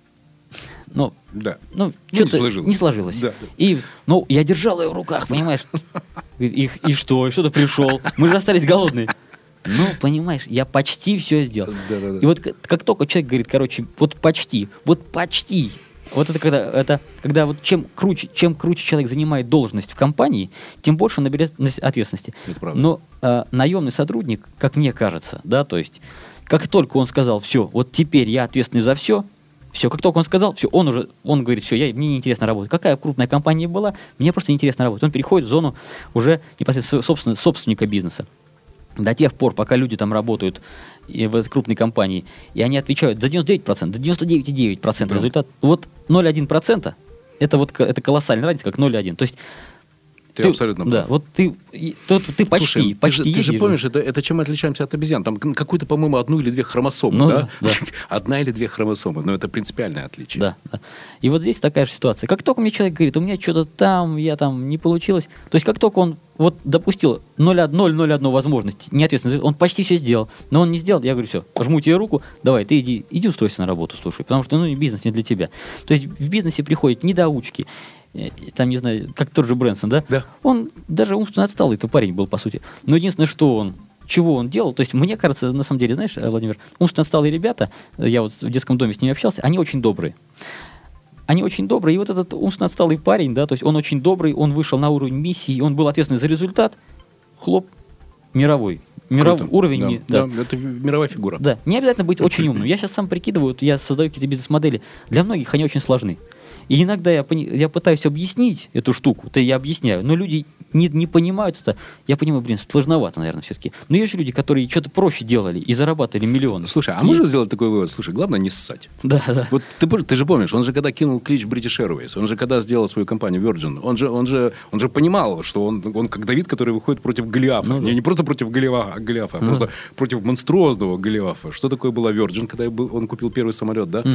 что-то не сложилось. Да. И, я держал ее в руках, понимаешь? И что? И что ты пришел? Мы же остались голодные. Понимаешь, я почти все сделал. Да. И как только человек говорит, почти, Вот это когда вот чем круче человек занимает должность в компании, тем больше он наберет ответственности. Это правда. Но наемный сотрудник, как мне кажется, да, то есть как только он сказал, все, вот теперь я ответственный за все, как только он сказал, все, он говорит, все, мне неинтересно работать. Какая крупная компания была, мне просто неинтересно работать. Он переходит в зону уже непосредственно собственника бизнеса. До тех пор, пока люди там работают в этой крупной компании, и они отвечают за 99%, за 99,9% результат. Вот 0,1% это колоссальная разница, как 0,1. То есть ты абсолютно прав. Да, вот ты почти Слушай, ты же помнишь, это чем мы отличаемся от обезьян? Там какую-то, по-моему, 1 или 2 хромосомы, да? 1 или 2 хромосомы, но это принципиальное отличие. Да. И вот здесь такая же ситуация. Как только мне человек говорит, у меня что-то там, я там не получилось, то есть как только он вот допустил 0,1 возможность, неответственно, он почти все сделал, но он не сделал, я говорю, все, жму тебе руку, давай, ты иди устройся на работу, слушай, потому что бизнес не для тебя. То есть в бизнесе приходят недоучки, там, не знаю, как тот же Брэнсон, да? Да. Он даже умственно отсталый, это парень был, по сути. Но единственное, чего он делал, то есть мне кажется, на самом деле, знаешь, Владимир, умственно отсталые ребята, я вот в детском доме с ними общался, они очень добрые. И вот этот умственно отсталый парень, да, то есть он очень добрый, он вышел на уровень миссии, он был ответственный за результат, мировой уровень. Да, это мировая фигура. Да, не обязательно быть очень умным. Я сейчас сам прикидываю, я создаю какие-то бизнес-модели. Для многих они очень сложны. И иногда я пытаюсь объяснить эту штуку, я объясняю, но люди не понимают это. Я понимаю, сложновато, наверное, все-таки. Но есть же люди, которые что-то проще делали и зарабатывали миллионы. Слушай, можно сделать такой вывод? Слушай, главное не ссать. Да. Вот ты же помнишь, он же когда кинул клич British Airways, он же когда сделал свою компанию Virgin, он же понимал, что он как Давид, который выходит против Голиафа. Не просто против Голиафа, а просто против монструозного Голиафа. Что такое была Virgin, когда он купил первый самолет, да?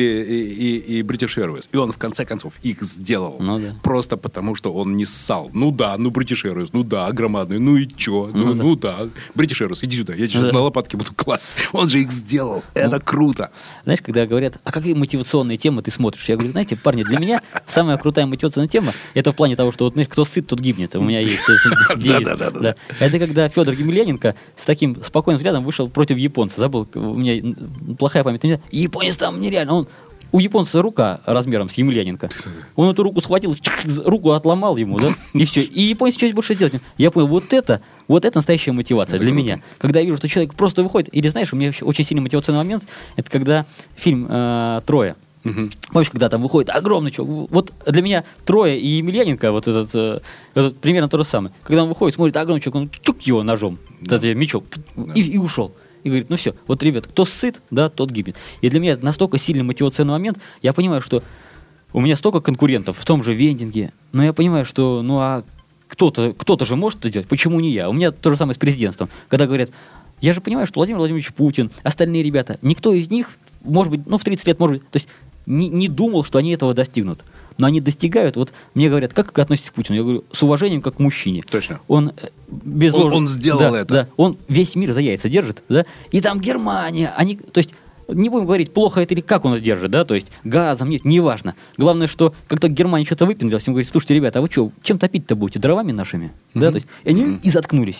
Или British Airways. И он в конце концов их сделал. Просто потому, что он не ссал. British Airways, громадный, и чё? British Airways, иди сюда, я сейчас на лопатке буду класть. Он же их сделал, это круто. Знаешь, когда говорят, а какие мотивационные темы ты смотришь? Я говорю, знаете, парни, для меня самая крутая мотивационная тема, это в плане того, что, вот, знаешь, кто сыт, тот гибнет. У меня есть девиз. Это когда Федор Емельяненко с таким спокойным взглядом вышел против японца. Забыл, у меня плохая память. Японец там нереально, у японца рука размером с Емельяненко. Он эту руку схватил, руку отломал ему, да? И все. И японец что-нибудь больше делать. Я понял, вот это настоящая мотивация для меня. Когда я вижу, что человек просто выходит. Или знаешь, у меня очень сильный мотивационный момент, это когда фильм «Троя». Помнишь, когда там выходит огромный чувак. Вот для меня Троя и Емельяненко, вот этот примерно то же самое. Когда он выходит, смотрит огромный чувак, он чук его ножом, мечом, и ушел. И говорит, ну все, вот, ребят, кто сыт, да, тот гибнет. И для меня это настолько сильный мотивационный момент, я понимаю, что у меня столько конкурентов в том же вендинге, но я понимаю, что, кто-то же может это делать, почему не я? У меня то же самое с президентством. Когда говорят, я же понимаю, что Владимир Владимирович Путин, остальные ребята, никто из них, может быть, в 30 лет, может быть, то есть не думал, что они этого достигнут. Но они достигают. Вот мне говорят, как вы относитесь к Путину? Я говорю, с уважением, как к мужчине. Точно. Он сделал это. Да, он весь мир за яйца держит, да. И там Германия, то есть не будем говорить, плохо это или как он это держит, да, то есть газом, нет, неважно. Главное, что как только Германия что-то выпендрилась, им говорит, слушайте, ребята, а вы что, чем топить-то будете, дровами нашими? Да, то есть, и они и заткнулись.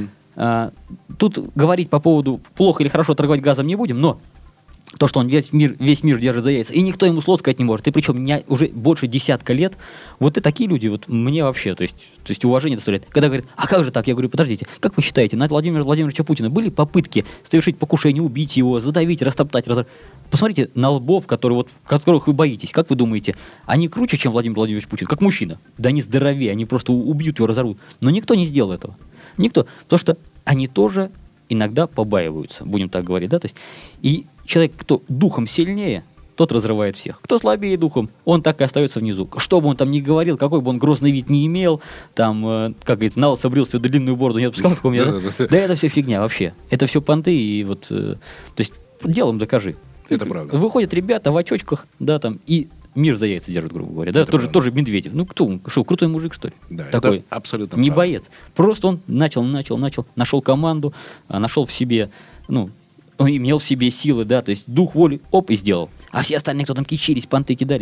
Тут говорить по поводу плохо или хорошо торговать газом не будем, но то, что он весь мир держит за яйца, и никто ему слов сказать не может, и причем уже больше десятка лет, вот и такие люди, вот мне вообще, то есть уважение доставляет. Когда говорят, а как же так? Я говорю, подождите, как вы считаете, на Владимира Владимировича Путина были попытки совершить покушение, убить его, задавить, растоптать, Посмотрите на лбов, которых вы боитесь, как вы думаете, они круче, чем Владимир Владимирович Путин, как мужчина? Да они здоровее, они просто убьют его, разорвут. Но никто не сделал этого. Никто, потому что они тоже иногда побаиваются, будем так говорить, да, то есть, и человек, кто духом сильнее, тот разрывает всех. Кто слабее духом, он так и остается внизу. Что бы он там ни говорил, какой бы он грозный вид ни имел, там, как говорится, на лысо брился, длинную бороду не отпускал, какого да, это все фигня вообще. Это все понты, и вот, то есть, делом докажи. Это правда. Выходят ребята в очочках, да, там, и мир за яйца держит, грубо говоря. Да? Тоже Медведев. Кто он? Что, крутой мужик, что ли? Да, такой. Это абсолютно не правда. Боец. Просто он начал, нашел команду, нашел в себе, он имел в себе силы, да, то есть дух воли, и сделал. А все остальные, кто там кичились, понты кидали.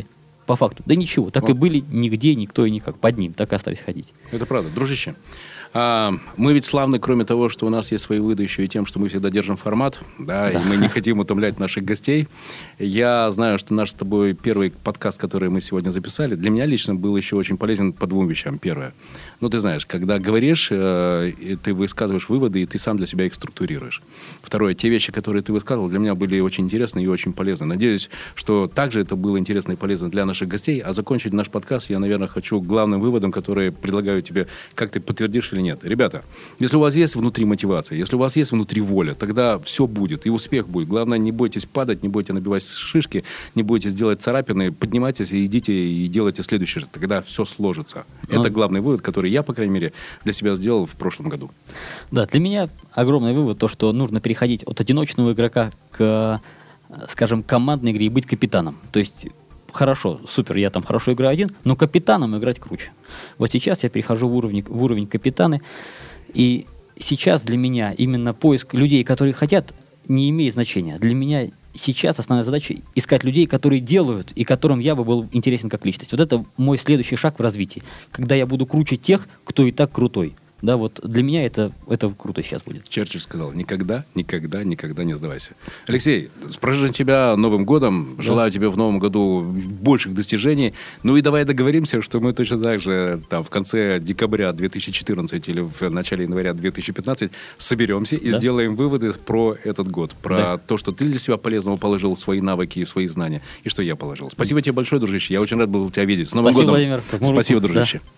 по факту? Да ничего, так и были нигде, никто и никак, под ним, так и остались ходить. Это правда. Дружище, мы ведь славны, кроме того, что у нас есть свои выды, еще и тем, что мы всегда держим формат, да, и мы не хотим утомлять наших гостей. Я знаю, что наш с тобой первый подкаст, который мы сегодня записали, для меня лично был еще очень полезен по двум вещам. Первое. Ну, ты знаешь, когда говоришь, ты высказываешь выводы, и ты сам для себя их структурируешь. Второе. Те вещи, которые ты высказывал, для меня были очень интересны и очень полезны. Надеюсь, что также это было интересно и полезно для наших гостей. А закончить наш подкаст я, наверное, хочу главным выводом, который предлагаю тебе, как ты подтвердишь или нет. Ребята, если у вас есть внутри мотивация, если у вас есть внутри воля, тогда все будет, и успех будет. Главное, не бойтесь падать, не бойтесь набивать шишки, не бойтесь делать царапины, поднимайтесь и идите и делайте следующее. Тогда все сложится. Это главный вывод, который я, по крайней мере, для себя сделал в прошлом году. Да, для меня огромный вывод, то, что нужно переходить от одиночного игрока к, скажем, командной игре и быть капитаном. То есть хорошо, супер, я там хорошо играю один, но капитаном играть круче. Вот сейчас я перехожу в уровень капитана, и сейчас для меня именно поиск людей, которые хотят, не имеет значения. Для меня сейчас основная задача — искать людей, которые делают, и которым я бы был интересен как личность. Вот это мой следующий шаг в развитии. Когда я буду круче тех, кто и так крутой. Да, вот для меня это круто сейчас будет. Черчилль сказал: никогда, никогда, никогда не сдавайся. Алексей, с прошедшим тебя Новым годом. Да. Желаю тебе в Новом году больших достижений. Ну и давай договоримся, что мы точно так же там, в конце декабря 2014 или в начале января 2015 соберемся и сделаем выводы про этот год. Про то, что ты для себя полезного положил, свои навыки и свои знания. И что я положил. Спасибо тебе большое, дружище. Я очень рад был тебя видеть. С Новым годом. Владимир. Спасибо, дружище. Да.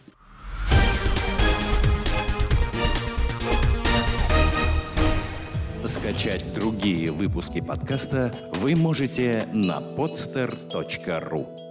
Скачать другие выпуски подкаста вы можете на podster.ru.